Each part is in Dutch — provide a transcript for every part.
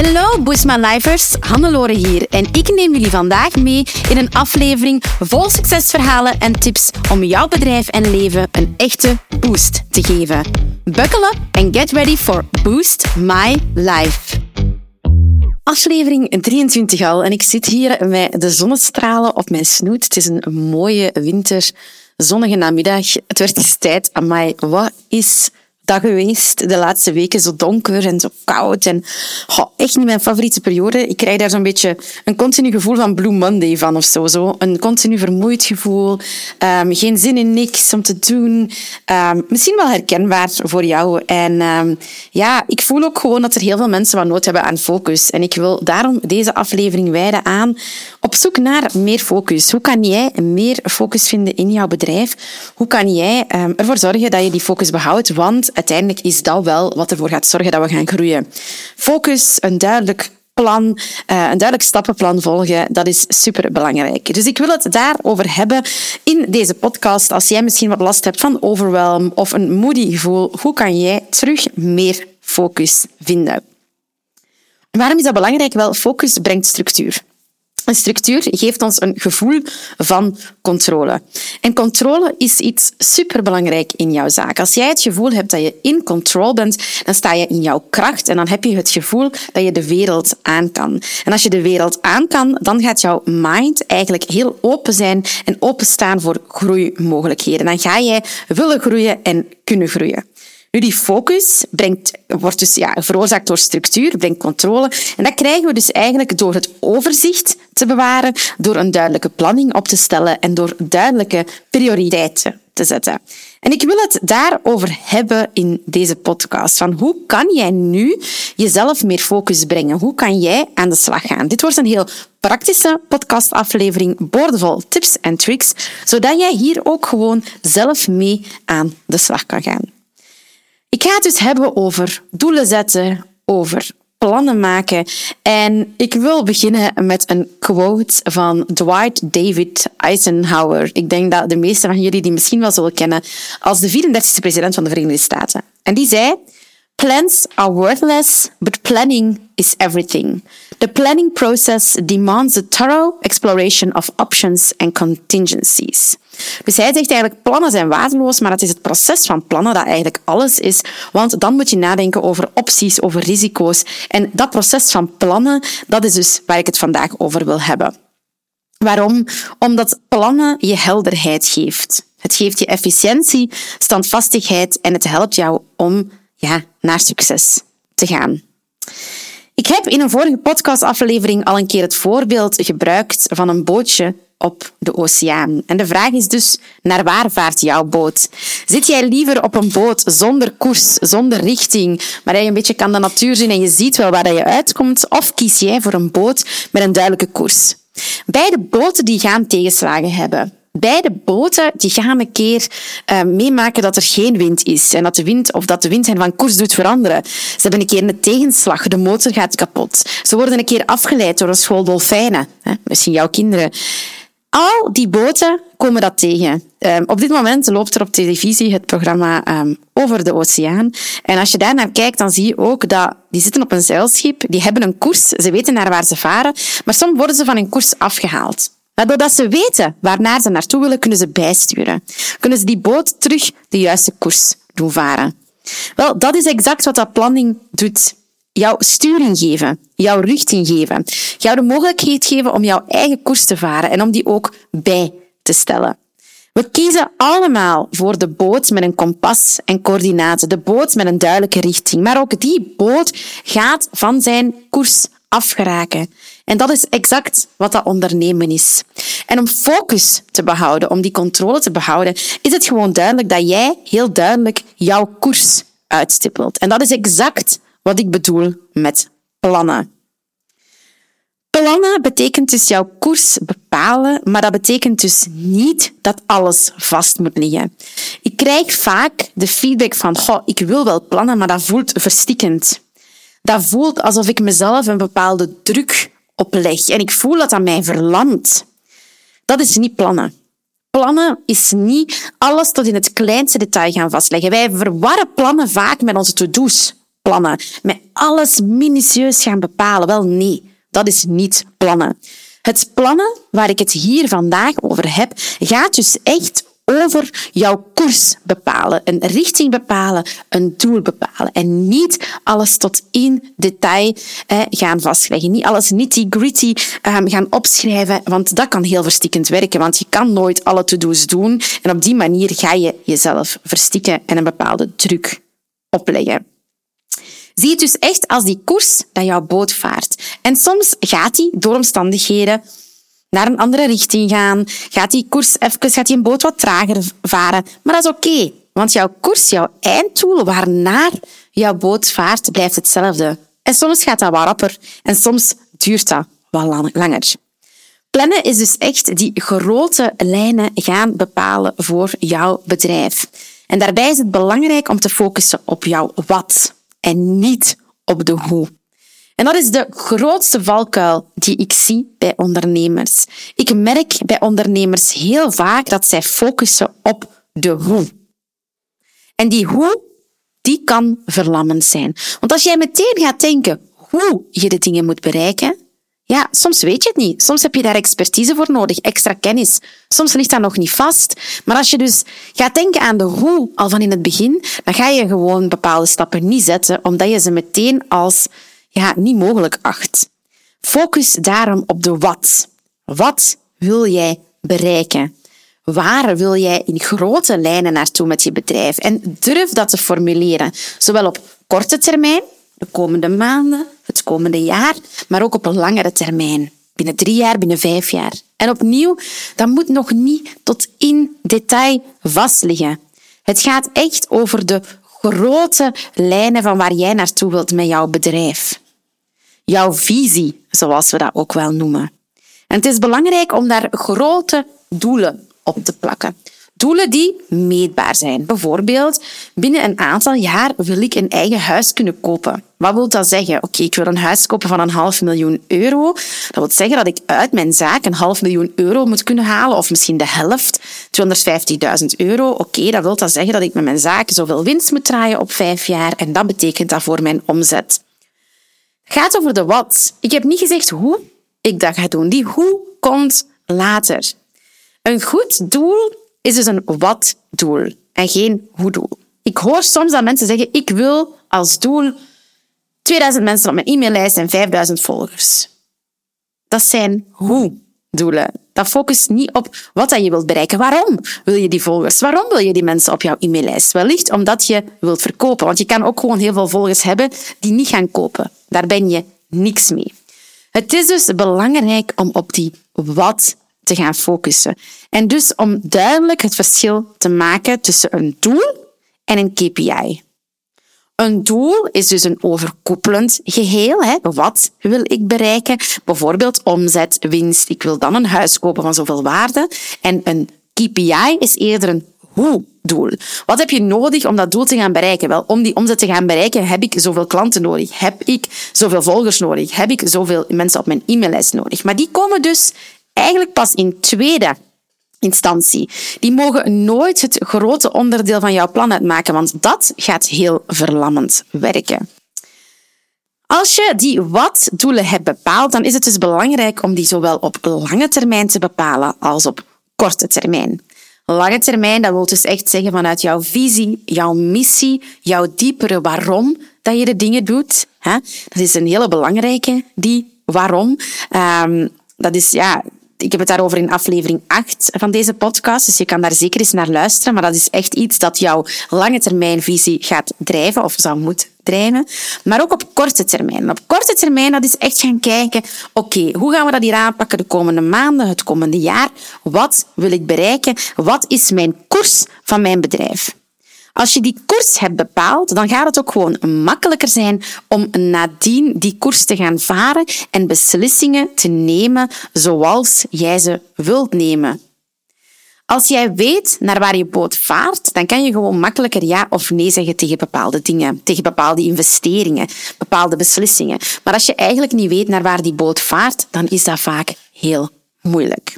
Hallo Boost My Lifers, Hannelore hier en ik neem jullie vandaag mee in een aflevering vol succesverhalen en tips om jouw bedrijf en leven een echte boost te geven. Buckle up and get ready for Boost My Life. Aflevering 23 al en ik zit hier met de zonnestralen op mijn snoet. Het is een mooie winterzonnige namiddag. Het werd eens tijd. Amai, wat is dat geweest de laatste weken? Zo donker en zo koud. En echt niet mijn favoriete periode. Ik krijg daar zo'n beetje een continu gevoel van Blue Monday van of zo. Een continu vermoeid gevoel. Geen zin in niks om te doen. Misschien wel herkenbaar voor jou. En ik voel ook gewoon dat er heel veel mensen wat nood hebben aan focus. En ik wil daarom deze aflevering wijden aan op zoek naar meer focus. Hoe kan jij meer focus vinden in jouw bedrijf? Hoe kan jij ervoor zorgen dat je die focus behoudt? Want uiteindelijk is dat wel wat ervoor gaat zorgen dat we gaan groeien. Focus, een duidelijk plan, een duidelijk stappenplan volgen, dat is superbelangrijk. Dus ik wil het daarover hebben in deze podcast. Als jij misschien wat last hebt van overwhelm of een moody gevoel, hoe kan jij terug meer focus vinden? Waarom is dat belangrijk? Wel, focus brengt structuur. Een structuur geeft ons een gevoel van controle. En controle is iets superbelangrijk in jouw zaak. Als jij het gevoel hebt dat je in control bent, dan sta je in jouw kracht en dan heb je het gevoel dat je de wereld aan kan. En als je de wereld aan kan, dan gaat jouw mind eigenlijk heel open zijn en openstaan voor groeimogelijkheden. Dan ga jij willen groeien en kunnen groeien. Nu, die focus wordt dus veroorzaakt door structuur, brengt controle. En dat krijgen we dus eigenlijk door het overzicht te bewaren, door een duidelijke planning op te stellen en door duidelijke prioriteiten te zetten. En ik wil het daarover hebben in deze podcast. Van hoe kan jij nu jezelf meer focus brengen? Hoe kan jij aan de slag gaan? Dit wordt een heel praktische podcastaflevering, boordevol tips en tricks, zodat jij hier ook gewoon zelf mee aan de slag kan gaan. Ik ga het dus hebben over doelen zetten, over plannen maken. En ik wil beginnen met een quote van Dwight David Eisenhower. Ik denk dat de meesten van jullie die misschien wel zullen kennen als de 34e president van de Verenigde Staten. En die zei: "Plans are worthless, but planning is everything. The planning process demands a thorough exploration of options and contingencies." Dus hij zegt eigenlijk, plannen zijn waardeloos, maar het is het proces van plannen dat eigenlijk alles is. Want dan moet je nadenken over opties, over risico's. En dat proces van plannen, dat is dus waar ik het vandaag over wil hebben. Waarom? Omdat plannen je helderheid geeft. Het geeft je efficiëntie, standvastigheid en het helpt jou om naar succes te gaan. Ik heb in een vorige podcastaflevering al een keer het voorbeeld gebruikt van een bootje op de oceaan. En de vraag is dus, naar waar vaart jouw boot? Zit jij liever op een boot zonder koers, zonder richting, maar je een beetje kan de natuur zien en je ziet wel waar je uitkomt? Of kies jij voor een boot met een duidelijke koers? Beide boten die gaan tegenslagen hebben. Beide boten die gaan een keer meemaken dat er geen wind is en dat de wind hen van koers doet veranderen. Ze hebben een keer een tegenslag, de motor gaat kapot. Ze worden een keer afgeleid door een school dolfijnen, misschien jouw kinderen. Al die boten komen dat tegen. Op dit moment loopt er op televisie het programma over de oceaan. En als je daar naar kijkt, dan zie je ook dat die zitten op een zeilschip, die hebben een koers, ze weten naar waar ze varen, maar soms worden ze van hun koers afgehaald. Maar doordat ze weten waarnaar ze naartoe willen, kunnen ze bijsturen. Kunnen ze die boot terug de juiste koers doen varen. Wel, dat is exact wat dat planning doet. Jouw sturing geven, jouw richting geven. Jou de mogelijkheid geven om jouw eigen koers te varen en om die ook bij te stellen. We kiezen allemaal voor de boot met een kompas en coördinaten. De boot met een duidelijke richting. Maar ook die boot gaat van zijn koers afgeraken. En dat is exact wat dat ondernemen is. En om focus te behouden, om die controle te behouden, is het gewoon duidelijk dat jij heel duidelijk jouw koers uitstippelt. En dat is exact wat ik bedoel met plannen. Plannen betekent dus jouw koers bepalen, maar dat betekent dus niet dat alles vast moet liggen. Ik krijg vaak de feedback van, ik wil wel plannen, maar dat voelt verstikkend. Dat voelt alsof ik mezelf een bepaalde druk opleg en ik voel dat mij verlamt. Dat is niet plannen. Plannen is niet alles tot in het kleinste detail gaan vastleggen. Wij verwarren plannen vaak met onze to-do's. plannen. Met alles minutieus gaan bepalen. Wel, nee, dat is niet plannen. Het plannen, waar ik het hier vandaag over heb, gaat dus echt over jouw koers bepalen, een richting bepalen, een doel bepalen. En niet alles tot in detail gaan vastleggen. Niet alles nitty-gritty gaan opschrijven, want dat kan heel verstikkend werken. Want je kan nooit alle to-do's doen. En op die manier ga je jezelf verstikken en een bepaalde druk opleggen. Zie het dus echt als die koers dat jouw boot vaart. En soms gaat die door omstandigheden naar een andere richting gaan, gaat die een boot wat trager varen. Maar dat is oké, want jouw koers, jouw einddoel waarnaar jouw boot vaart, blijft hetzelfde. En soms gaat dat wat rapper en soms duurt dat wat langer. Plannen is dus echt die grote lijnen gaan bepalen voor jouw bedrijf. En daarbij is het belangrijk om te focussen op jouw wat en niet op de hoe. En dat is de grootste valkuil die ik zie bij ondernemers. Ik merk bij ondernemers heel vaak dat zij focussen op de hoe. En die hoe, die kan verlammend zijn. Want als jij meteen gaat denken hoe je de dingen moet bereiken, ja, soms weet je het niet. Soms heb je daar expertise voor nodig, extra kennis. Soms ligt dat nog niet vast. Maar als je dus gaat denken aan de hoe al van in het begin, dan ga je gewoon bepaalde stappen niet zetten, omdat je ze meteen als niet mogelijk acht. Focus daarom op de wat. Wat wil jij bereiken? Waar wil jij in grote lijnen naartoe met je bedrijf? En durf dat te formuleren, zowel op korte termijn, de komende maanden, het komende jaar, maar ook op een langere termijn. Binnen 3 jaar, binnen 5 jaar. En opnieuw, dat moet nog niet tot in detail vastliggen. Het gaat echt over de grote lijnen van waar jij naartoe wilt met jouw bedrijf. Jouw visie, zoals we dat ook wel noemen. En het is belangrijk om daar grote doelen op te plakken. Doelen die meetbaar zijn. Bijvoorbeeld, binnen een aantal jaar wil ik een eigen huis kunnen kopen. Wat wil dat zeggen? Oké, ik wil een huis kopen van €500.000. Dat wil zeggen dat ik uit mijn zaak €500.000 moet kunnen halen, of misschien de helft, €250.000. Oké, dat wil dat zeggen dat ik met mijn zaak zoveel winst moet draaien op 5 jaar. En dat betekent dat voor mijn omzet. Het gaat over de wat. Ik heb niet gezegd hoe ik dat ga doen. Die hoe komt later. Een goed doel is dus een wat-doel en geen hoe-doel. Ik hoor soms dat mensen zeggen, ik wil als doel 2000 mensen op mijn e-maillijst en 5000 volgers. Dat zijn hoe-doelen. Dat focust niet op wat je wilt bereiken. Waarom wil je die volgers? Waarom wil je die mensen op jouw e-maillijst? Wellicht omdat je wilt verkopen. Want je kan ook gewoon heel veel volgers hebben die niet gaan kopen. Daar ben je niks mee. Het is dus belangrijk om op die wat te gaan focussen. En dus om duidelijk het verschil te maken tussen een doel en een KPI. Een doel is dus een overkoepelend geheel. Wat wil ik bereiken? Bijvoorbeeld omzet, winst. Ik wil dan een huis kopen van zoveel waarde. En een KPI is eerder een hoe-doel. Wat heb je nodig om dat doel te gaan bereiken? Wel, om die omzet te gaan bereiken heb ik zoveel klanten nodig. Heb ik zoveel volgers nodig? Heb ik zoveel mensen op mijn e-maillijst nodig? Maar die komen dus eigenlijk pas in tweede instantie. Die mogen nooit het grote onderdeel van jouw plan uitmaken, want dat gaat heel verlammend werken. Als je die wat-doelen hebt bepaald, dan is het dus belangrijk om die zowel op lange termijn te bepalen als op korte termijn. Lange termijn, dat wil dus echt zeggen vanuit jouw visie, jouw missie, jouw diepere waarom dat je de dingen doet. Dat is een hele belangrijke, die waarom. Dat is, ik heb het daarover in aflevering 8 van deze podcast, dus je kan daar zeker eens naar luisteren. Maar dat is echt iets dat jouw lange termijn visie gaat drijven, of zou moeten drijven. Maar ook op korte termijn. Op korte termijn, dat is echt gaan kijken, oké, hoe gaan we dat hier aanpakken de komende maanden, het komende jaar? Wat wil ik bereiken? Wat is mijn koers van mijn bedrijf? Als je die koers hebt bepaald, dan gaat het ook gewoon makkelijker zijn om nadien die koers te gaan varen en beslissingen te nemen zoals jij ze wilt nemen. Als jij weet naar waar je boot vaart, dan kan je gewoon makkelijker ja of nee zeggen tegen bepaalde dingen, tegen bepaalde investeringen, bepaalde beslissingen. Maar als je eigenlijk niet weet naar waar die boot vaart, dan is dat vaak heel moeilijk.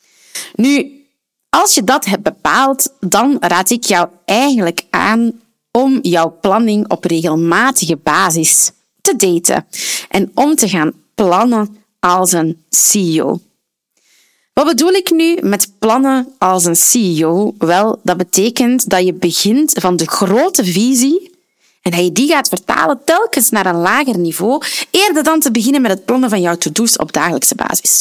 Nu, als je dat hebt bepaald, dan raad ik jou eigenlijk aan om jouw planning op regelmatige basis te daten en om te gaan plannen als een CEO. Wat bedoel ik nu met plannen als een CEO? Wel, dat betekent dat je begint van de grote visie en dat je die gaat vertalen telkens naar een lager niveau, eerder dan te beginnen met het plannen van jouw to-do's op dagelijkse basis.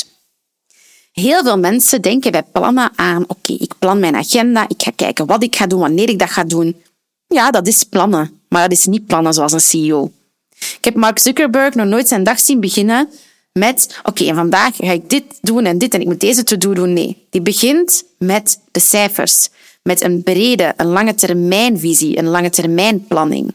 Heel veel mensen denken bij plannen aan, oké, ik plan mijn agenda, ik ga kijken wat ik ga doen, wanneer ik dat ga doen. Ja, dat is plannen, maar dat is niet plannen zoals een CEO. Ik heb Mark Zuckerberg nog nooit zijn dag zien beginnen met, oké, en vandaag ga ik dit doen en dit en ik moet deze to-do doen. Nee, die begint met de cijfers, met een brede, een lange termijnvisie, een lange termijnplanning.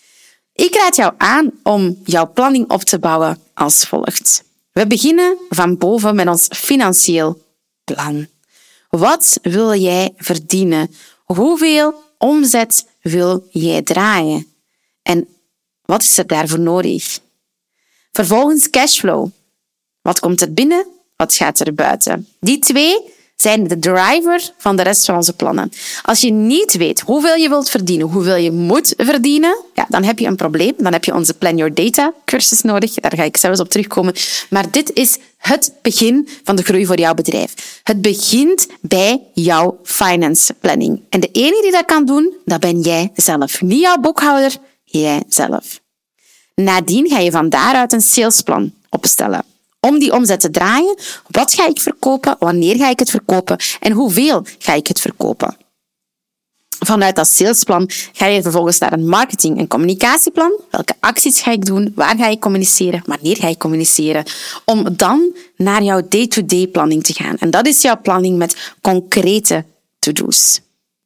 Ik raad jou aan om jouw planning op te bouwen als volgt. We beginnen van boven met ons financieel plan. Wat wil jij verdienen? Hoeveel omzet wil jij draaien? En wat is er daarvoor nodig? Vervolgens cashflow. Wat komt er binnen? Wat gaat er buiten? Die twee zijn de driver van de rest van onze plannen. Als je niet weet hoeveel je wilt verdienen, hoeveel je moet verdienen, ja, dan heb je een probleem. Dan heb je onze Plan Your Data cursus nodig. Daar ga ik zelfs op terugkomen. Maar dit is het begin van de groei voor jouw bedrijf. Het begint bij jouw finance planning. En de enige die dat kan doen, dat ben jij zelf. Niet jouw boekhouder, jij zelf. Nadien ga je van daaruit een salesplan opstellen. Om die omzet te draaien, wat ga ik verkopen, wanneer ga ik het verkopen en hoeveel ga ik het verkopen. Vanuit dat salesplan ga je vervolgens naar een marketing- en communicatieplan. Welke acties ga ik doen, waar ga ik communiceren, wanneer ga ik communiceren. Om dan naar jouw day-to-day planning te gaan. En dat is jouw planning met concrete to-do's.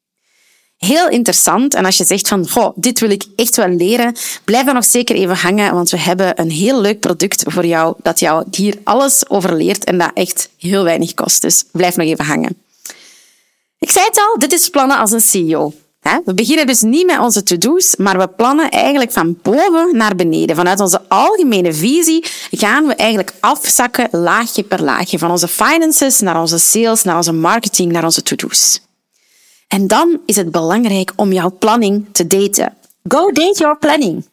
Heel interessant. En als je zegt van, dit wil ik echt wel leren, blijf dan nog zeker even hangen, want we hebben een heel leuk product voor jou dat jou hier alles over leert en dat echt heel weinig kost. Dus blijf nog even hangen. Ik zei het al, dit is plannen als een CEO. We beginnen dus niet met onze to-do's, maar we plannen eigenlijk van boven naar beneden. Vanuit onze algemene visie gaan we eigenlijk afzakken laagje per laagje. Van onze finances naar onze sales, naar onze marketing, naar onze to-do's. En dan is het belangrijk om jouw planning te daten. Go date your planning.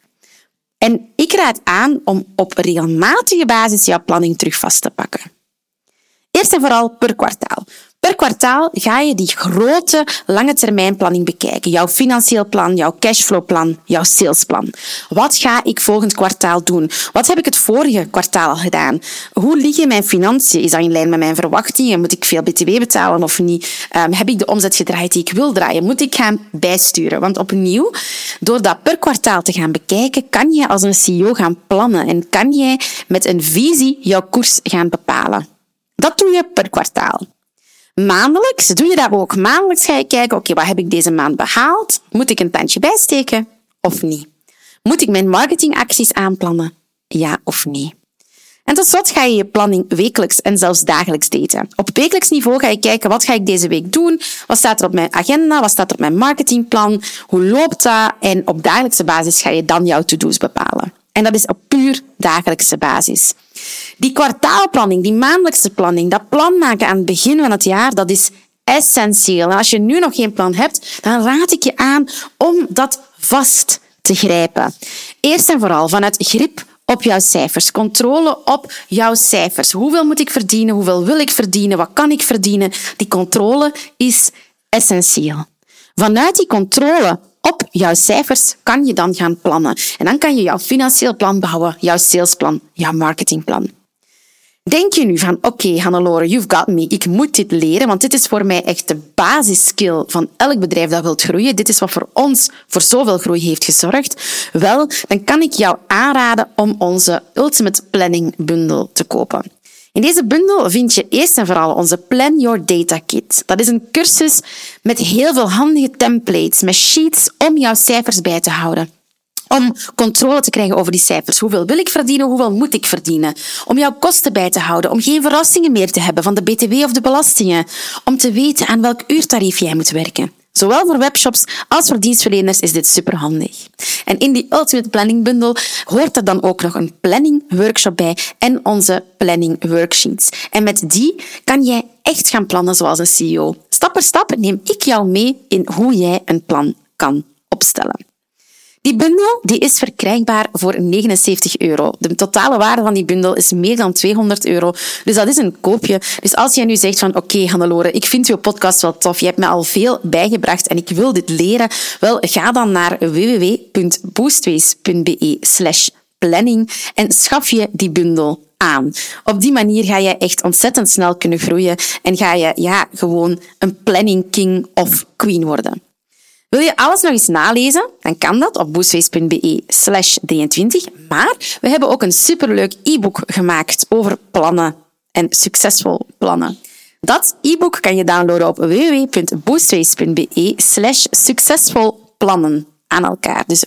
En ik raad aan om op regelmatige basis jouw planning terug vast te pakken. Eerst en vooral per kwartaal. Per kwartaal ga je die grote lange termijn planning bekijken. Jouw financieel plan, jouw cashflowplan, jouw salesplan. Wat ga ik volgend kwartaal doen? Wat heb ik het vorige kwartaal al gedaan? Hoe liggen mijn financiën? Is dat in lijn met mijn verwachtingen? Moet ik veel btw betalen of niet? Heb ik de omzet gedraaid die ik wil draaien? Moet ik gaan bijsturen? Want opnieuw, door dat per kwartaal te gaan bekijken, kan je als een CEO gaan plannen en kan jij met een visie jouw koers gaan bepalen. Dat doe je per kwartaal. Maandelijks doe je dat ook. Maandelijks ga je kijken, oké, wat heb ik deze maand behaald? Moet ik een tandje bijsteken of niet? Moet ik mijn marketingacties aanplannen? Ja of nee? En tot slot ga je je planning wekelijks en zelfs dagelijks daten. Op wekelijks niveau ga je kijken, wat ga ik deze week doen? Wat staat er op mijn agenda? Wat staat er op mijn marketingplan? Hoe loopt dat? En op dagelijkse basis ga je dan jouw to-do's bepalen. En dat is op puur dagelijkse basis. Die kwartaalplanning, die maandelijkse planning, dat plan maken aan het begin van het jaar, dat is essentieel. En als je nu nog geen plan hebt, dan raad ik je aan om dat vast te grijpen. Eerst en vooral vanuit grip op jouw cijfers, controle op jouw cijfers. Hoeveel moet ik verdienen? Hoeveel wil ik verdienen? Wat kan ik verdienen? Die controle is essentieel. Vanuit die controle op jouw cijfers kan je dan gaan plannen. En dan kan je jouw financieel plan bouwen, jouw salesplan, jouw marketingplan. Denk je nu van, oké, Hannelore, you've got me. Ik moet dit leren, want dit is voor mij echt de basisskill van elk bedrijf dat wil groeien. Dit is wat voor ons voor zoveel groei heeft gezorgd. Wel, dan kan ik jou aanraden om onze Ultimate Planning Bundle te kopen. In deze bundel vind je eerst en vooral onze Plan Your Data Kit. Dat is een cursus met heel veel handige templates, met sheets om jouw cijfers bij te houden. Om controle te krijgen over die cijfers. Hoeveel wil ik verdienen? Hoeveel moet ik verdienen? Om jouw kosten bij te houden. Om geen verrassingen meer te hebben van de btw of de belastingen. Om te weten aan welk uurtarief jij moet werken. Zowel voor webshops als voor dienstverleners is dit superhandig. En in die Ultimate Planning Bundle hoort er dan ook nog een planning workshop bij en onze planning worksheets. En met die kan jij echt gaan plannen zoals een CEO. Stap per stap neem ik jou mee in hoe jij een plan kan opstellen. Die bundel die is verkrijgbaar voor €79. De totale waarde van die bundel is meer dan €200. Dus dat is een koopje. Dus als jij nu zegt van oké, Hannelore, ik vind jouw podcast wel tof. Je hebt me al veel bijgebracht en ik wil dit leren. Wel, ga dan naar www.boostways.be/planning en schaf je die bundel aan. Op die manier ga je echt ontzettend snel kunnen groeien en ga je gewoon een planning king of queen worden. Wil je alles nog eens nalezen? Dan kan dat op boostways.be/23. Maar we hebben ook een superleuk e-book gemaakt over plannen en succesvol plannen. Dat e-book kan je downloaden op www.boostways.be/succesvolplannen. Aan elkaar. Dus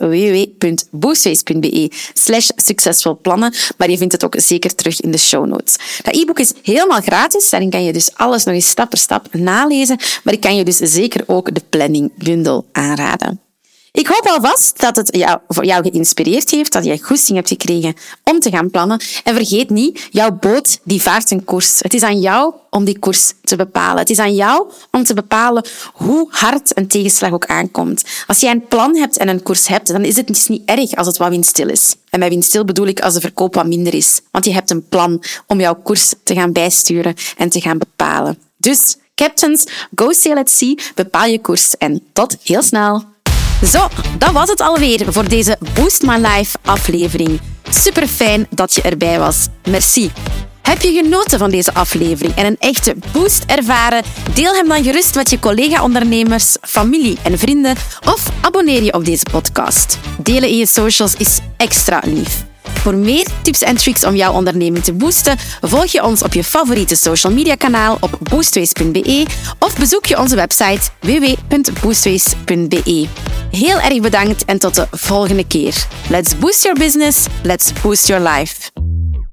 www.boostways.be/succesvolplannen. Maar je vindt het ook zeker terug in de show notes. Dat e-book is helemaal gratis. Daarin kan je dus alles nog eens stap per stap nalezen. Maar ik kan je dus zeker ook de planning bundel aanraden. Ik hoop alvast dat het voor jou geïnspireerd heeft, dat je goesting hebt gekregen om te gaan plannen. En vergeet niet, jouw boot die vaart een koers. Het is aan jou om die koers te bepalen. Het is aan jou om te bepalen hoe hard een tegenslag ook aankomt. Als jij een plan hebt en een koers hebt, dan is het dus niet erg als het wat windstil is. En bij windstil bedoel ik als de verkoop wat minder is. Want je hebt een plan om jouw koers te gaan bijsturen en te gaan bepalen. Dus, captains, go sail at sea, bepaal je koers en tot heel snel. Zo, dat was het alweer voor deze Boost My Life aflevering. Super fijn dat je erbij was. Merci. Heb je genoten van deze aflevering en een echte boost ervaren? Deel hem dan gerust met je collega-ondernemers, familie en vrienden of abonneer je op deze podcast. Delen in je socials is extra lief. Voor meer tips en tricks om jouw onderneming te boosten, volg je ons op je favoriete social media kanaal op boostways.be of bezoek je onze website www.boostways.be. Heel erg bedankt en tot de volgende keer. Let's boost your business, let's boost your life.